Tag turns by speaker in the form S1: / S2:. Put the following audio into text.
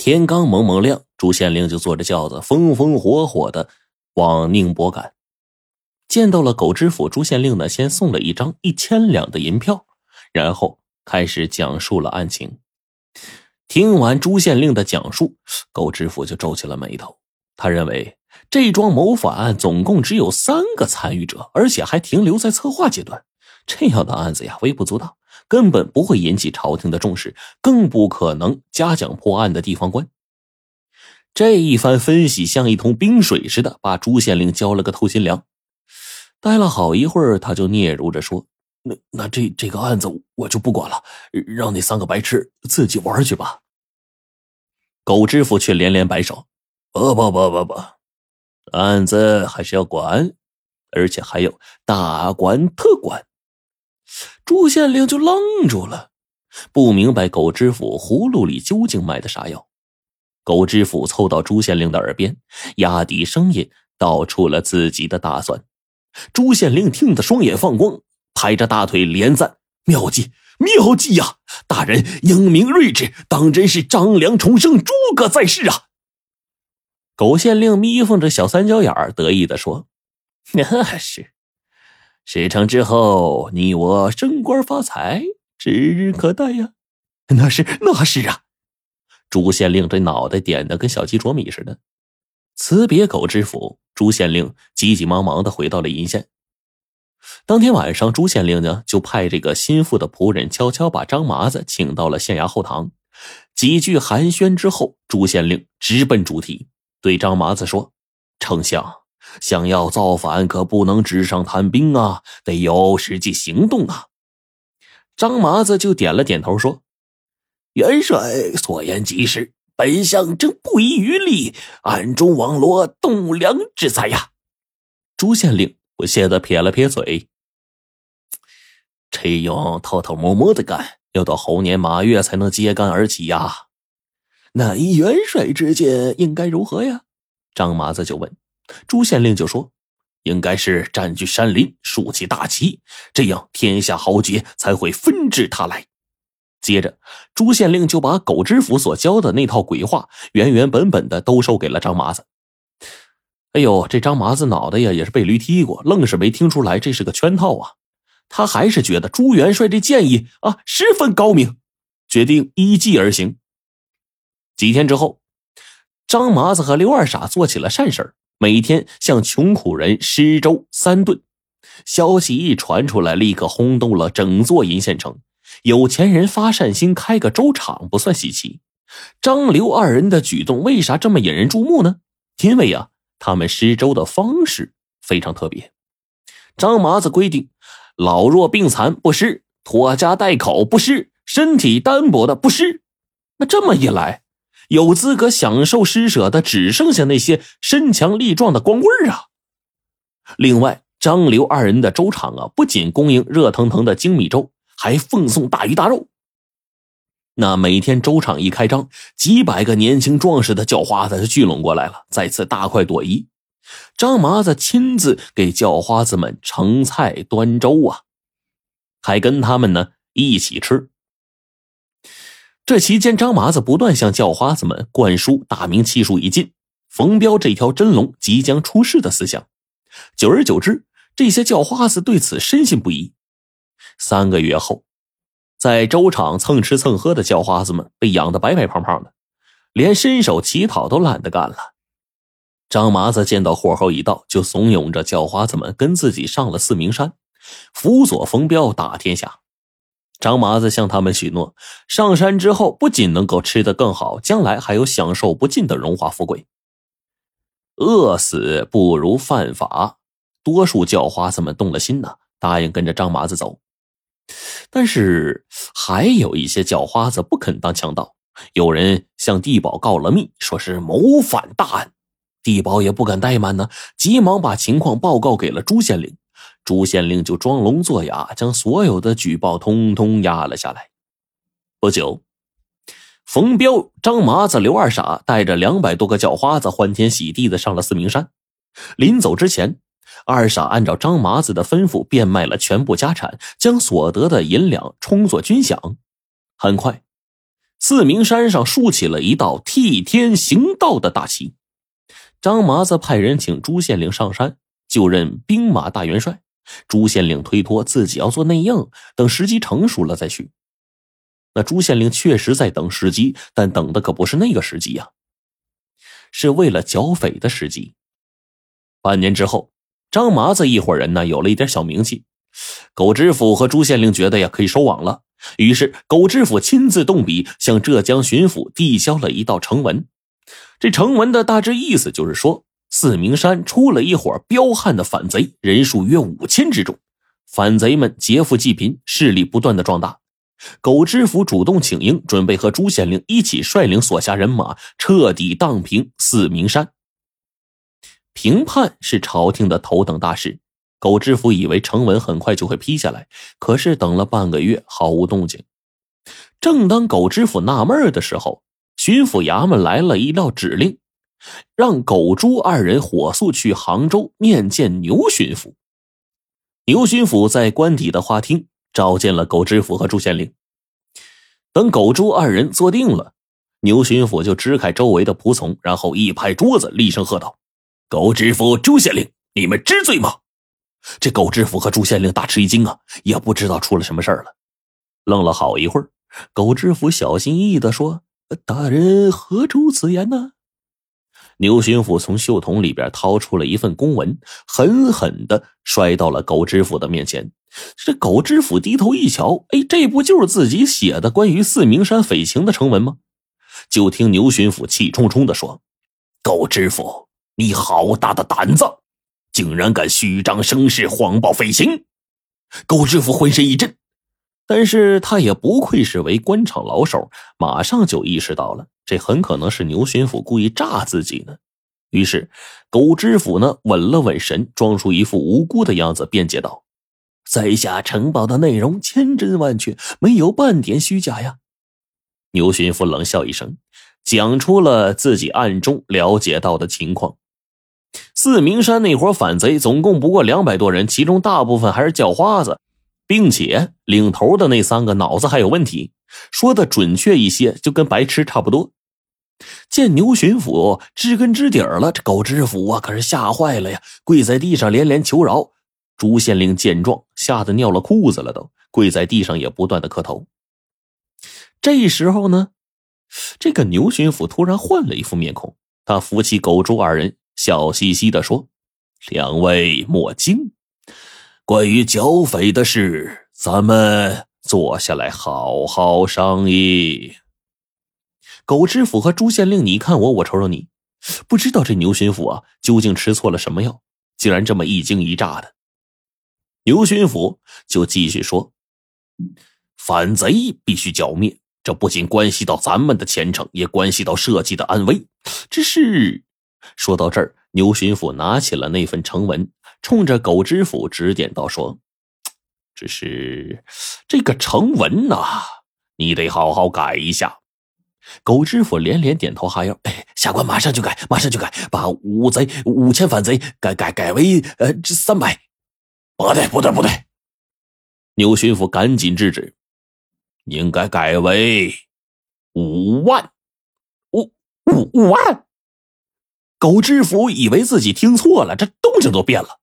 S1: 天刚蒙蒙亮，朱县令就坐着轿子风风火火的往宁波赶。见到了狗知府，朱县令呢先送了一张1000两的银票，然后开始讲述了案情。听完朱县令的讲述，狗知府就皱起了眉头。他认为这桩谋反案总共只有3个参与者，而且还停留在策划阶段。这样的案子呀，微不足道，根本不会引起朝廷的重视，更不可能嘉奖破案的地方官。这一番分析像一桶冰水似的，把朱县令浇了个透心凉。待了好一会儿，他就嗫嚅着说：那这个案子我就不管了，让那3个白痴自己玩去吧。狗知府却连连摆手：不，案子还是要管，而且还有大管特管。朱县令就愣住了，不明白狗知府葫芦里究竟卖的啥药。狗知府凑到朱县令的耳边，压低声音道出了自己的打算。朱县令听得双眼放光，拍着大腿连赞：妙计呀！大人英明睿智，当真是张良重生，诸葛在世啊！狗县令眯缝着小三角眼得意地说：事成之后，你我升官发财，指日可待呀！那是啊！朱县令这脑袋点得跟小鸡啄米似的。辞别狗知府，朱县令急急忙忙地回到了鄞县。当天晚上，朱县令呢就派这个心腹的仆人悄悄把张麻子请到了县衙后堂。几句寒暄之后，朱县令直奔主题，对张麻子说：丞相，想要造反可不能纸上谈兵啊，得有实际行动啊。张麻子就点了点头说：元帅所言极是，本相正不遗余力，暗中网罗栋梁之才呀。朱县令不屑地撇了撇嘴：这用偷偷摸摸的干，要到猴年马月才能揭竿而起呀。那以元帅之见，应该如何呀？张麻子就问。朱县令就说：应该是占据山林，竖起大旗，这样天下豪杰才会纷至沓来。接着朱县令就把狗知府所教的那套鬼话原原本本的都授给了张麻子。哎呦，这张麻子脑袋呀也是被驴踢过，愣是没听出来这是个圈套啊。他还是觉得朱元帅这建议十分高明，决定依计而行。几天之后，张麻子和刘二傻做起了善事，每天向穷苦人施粥3顿。消息一传出来，立刻轰动了整座鄞县城。有钱人发善心开个粥厂不算稀奇，张刘二人的举动为啥这么引人注目呢？因为他们施粥的方式非常特别。张麻子规定，老弱病残不施，拖家带口不施，身体单薄的不施。那这么一来，有资格享受施舍的只剩下那些身强力壮的光棍啊。另外，张刘二人的粥厂不仅供应热腾腾的精米粥，还奉送大鱼大肉。那每天粥厂一开张，几百个年轻壮实的叫花子就聚拢过来了，再次大快朵颐。张麻子亲自给叫花子们盛菜端粥还跟他们呢一起吃。这期间，张麻子不断向叫花子们灌输大明气数已尽，冯彪这条真龙即将出世的思想。久而久之，这些叫花子对此深信不疑。3个月后，在粥厂蹭吃蹭喝的叫花子们被养得白白胖胖的，连伸手乞讨都懒得干了。张麻子见到火候已到，就怂恿着叫花子们跟自己上了四明山，辅佐冯彪打天下。张麻子向他们许诺，上山之后不仅能够吃得更好，将来还有享受不尽的荣华富贵。饿死不如犯法，多数叫花子们动了心答应跟着张麻子走。但是还有一些叫花子不肯当强盗，有人向地保告了密，说是谋反大案。地保也不敢怠慢急忙把情况报告给了朱县令。朱县令就装聋作哑，将所有的举报通通压了下来。不久，冯彪、张麻子、刘二傻带着200多个叫花子欢天喜地的上了四明山。临走之前，二傻按照张麻子的吩咐变卖了全部家产，将所得的银两充作军饷。很快四明山上竖起了一道替天行道的大旗。张麻子派人请朱县令上山就任兵马大元帅，朱县令推脱自己要做内应，等时机成熟了再去。那朱县令确实在等时机，但等的可不是那个时机呀，是为了剿匪的时机。半年之后，张麻子一伙人呢有了一点小名气，苟知府和朱县令觉得呀可以收网了，于是苟知府亲自动笔向浙江巡抚递交了一道呈文。这呈文的大致意思就是说，四明山出了一伙彪悍的反贼，人数约5000之众，反贼们劫富济贫，势力不断的壮大。苟知府主动请缨，准备和朱县令一起率领所辖人马彻底荡平四明山。平叛是朝廷的头等大事，苟知府以为呈文很快就会批下来，可是等了半个月毫无动静。正当苟知府纳闷的时候，巡抚衙门来了一道指令，让苟朱二人火速去杭州面见牛巡抚。牛巡抚在官邸的花厅召见了苟知府和朱县令。等苟朱二人坐定了，牛巡抚就支开周围的仆从，然后一拍桌子，厉声喝道：苟知府、朱县令，你们知罪吗？这苟知府和朱县令大吃一惊啊，也不知道出了什么事儿了。愣了好一会儿，苟知府小心翼翼地说：大人何出此言呢？牛巡抚从袖筒里边掏出了一份公文，狠狠地摔到了苟知府的面前。这苟知府低头一瞧，这不就是自己写的关于四明山匪情的呈文吗？就听牛巡抚气冲冲地说：苟知府，你好大的胆子，竟然敢虚张声势，谎报匪情！苟知府浑身一震，但是他也不愧是为官场老手，马上就意识到了这很可能是牛巡抚故意诈自己呢。于是苟知府呢稳了稳神，装出一副无辜的样子，辩解道：在下呈报的内容千真万确，没有半点虚假呀。牛巡抚冷笑一声，讲出了自己暗中了解到的情况。四明山那伙反贼总共不过200多人，其中大部分还是叫花子，并且领头的那3个脑子还有问题，说的准确一些就跟白痴差不多。见牛巡抚知根知底了，这苟知府啊可是吓坏了呀，跪在地上连连求饶。朱县令见状吓得尿了裤子了，都跪在地上也不断的磕头。这时候呢，这个牛巡抚突然换了一副面孔，他扶起苟朱二人，笑嘻嘻地说：两位莫惊，关于剿匪的事，咱们坐下来好好商议。苟知府和朱县令你看我，我瞅瞅你，不知道这牛巡抚啊究竟吃错了什么药，竟然这么一惊一乍的。牛巡抚就继续说：反贼必须剿灭，这不仅关系到咱们的前程，也关系到社稷的安危。只是说到这儿，牛巡抚拿起了那份呈文，冲着苟知府指点道说：只是这个呈文呐，你得好好改一下。苟知府连连点头哈腰：下官马上就改，马上就改，把5000反贼改为300。不对！牛巡抚赶紧制止：应该改为5万。5万！苟知府以为自己听错了，这动静都变了。